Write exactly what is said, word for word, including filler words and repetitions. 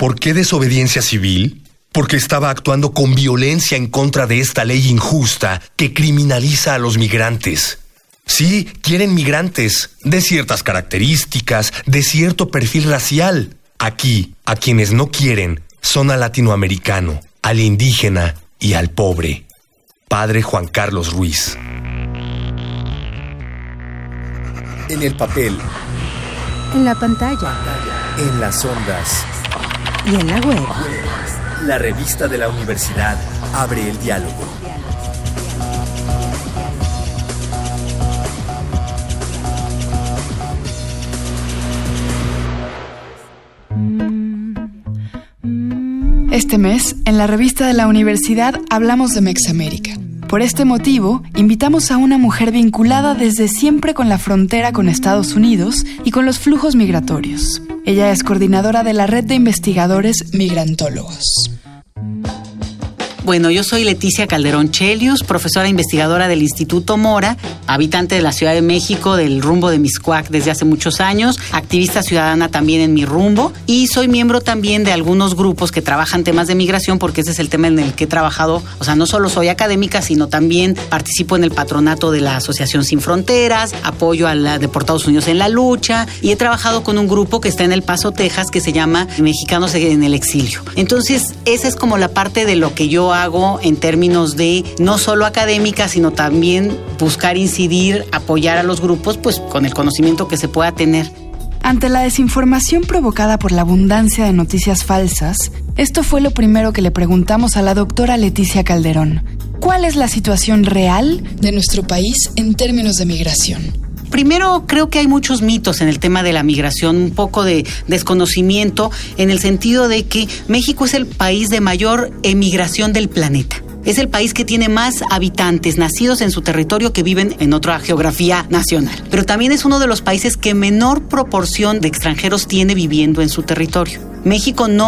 ¿Por qué desobediencia civil? Porque estaba actuando con violencia en contra de esta ley injusta que criminaliza a los migrantes. Sí, quieren migrantes, de ciertas características, de cierto perfil racial. Aquí, a quienes no quieren, son al latinoamericano, al indígena y al pobre. Padre Juan Carlos Ruiz. En el papel. En la pantalla. En las ondas. Y en la web. La revista de la universidad abre el diálogo. Este mes, en la revista de la universidad hablamos de Mexamérica. Por este motivo, invitamos a una mujer vinculada desde siempre con la frontera con Estados Unidos y con los flujos migratorios. Ella es coordinadora de la red de investigadores migrantólogos. Bueno, yo soy Leticia Calderón Chelius, profesora investigadora del Instituto Mora, habitante de la Ciudad de México, del rumbo de Mixcoac desde hace muchos años, activista ciudadana también en mi rumbo, y soy miembro también de algunos grupos que trabajan temas de migración, porque ese es el tema en el que he trabajado. O sea, no solo soy académica, sino también participo en el patronato de la Asociación Sin Fronteras, apoyo a la Deportados Unidos en la lucha, y he trabajado con un grupo que está en El Paso, Texas, que se llama Mexicanos en el Exilio. Entonces, esa es como la parte de lo que yo hago en términos de no solo académica, sino también buscar incidir, apoyar a los grupos, pues con el conocimiento que se pueda tener. Ante la desinformación provocada por la abundancia de noticias falsas, esto fue lo primero que le preguntamos a la doctora Leticia Calderón. ¿Cuál es la situación real de nuestro país en términos de migración? Primero, creo que hay muchos mitos en el tema de la migración, un poco de desconocimiento en el sentido de que México es el país de mayor emigración del planeta. Es el país que tiene más habitantes nacidos en su territorio que viven en otra geografía nacional. Pero también es uno de los países que menor proporción de extranjeros tiene viviendo en su territorio. México no